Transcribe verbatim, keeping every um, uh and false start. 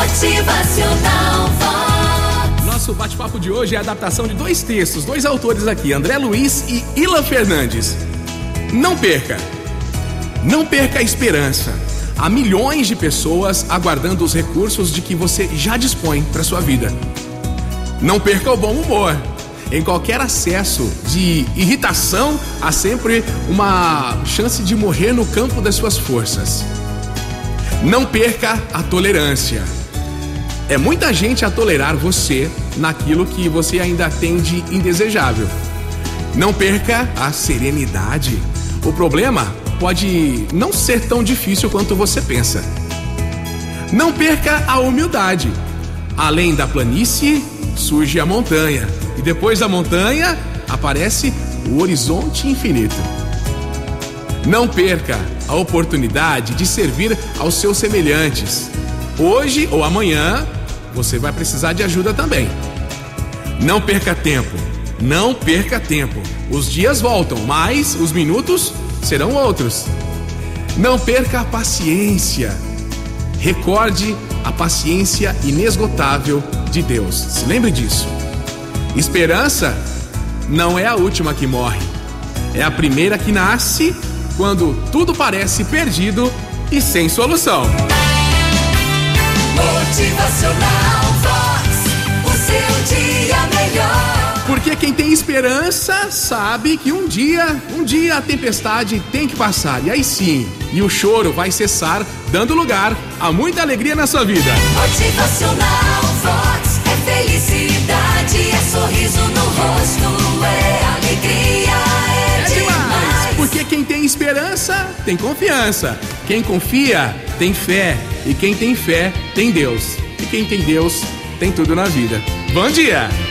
Motivacional Vox. Nosso bate-papo de hoje é a adaptação de dois textos, dois autores aqui, André Luiz e Ilan Fernandes. Não perca, não perca a esperança. Há milhões de pessoas aguardando os recursos de que você já dispõe para sua vida. Não perca o bom humor. Em qualquer acesso de irritação, há sempre uma chance de morrer no campo das suas forças. Não perca a tolerância. É muita gente a tolerar você naquilo que você ainda tem de indesejável. Não perca a serenidade. O problema pode não ser tão difícil quanto você pensa. Não perca a humildade. Além da planície, surge a montanha. E depois da montanha, aparece o horizonte infinito. Não perca a oportunidade de servir aos seus semelhantes. Hoje ou amanhã, você vai precisar de ajuda também. Não perca tempo. Não perca tempo. Os dias voltam, mas os minutos serão outros. Não perca a paciência. Recorde a paciência inesgotável de Deus. Se lembre disso. Esperança não é a última que morre. É a primeira que nasce quando tudo parece perdido e sem solução. Motivacional Vox, o seu dia melhor. Porque quem tem esperança sabe que um dia, um dia a tempestade tem que passar. E aí sim, e o choro vai cessar, dando lugar a muita alegria na sua vida. Motivacional Vox, é felicidade, é sorriso no rosto, é alegria, é, É demais. demais. Porque quem tem esperança tem confiança. Quem confia tem fé. E quem tem fé tem Deus. E quem tem Deus tem tudo na vida. Bom dia!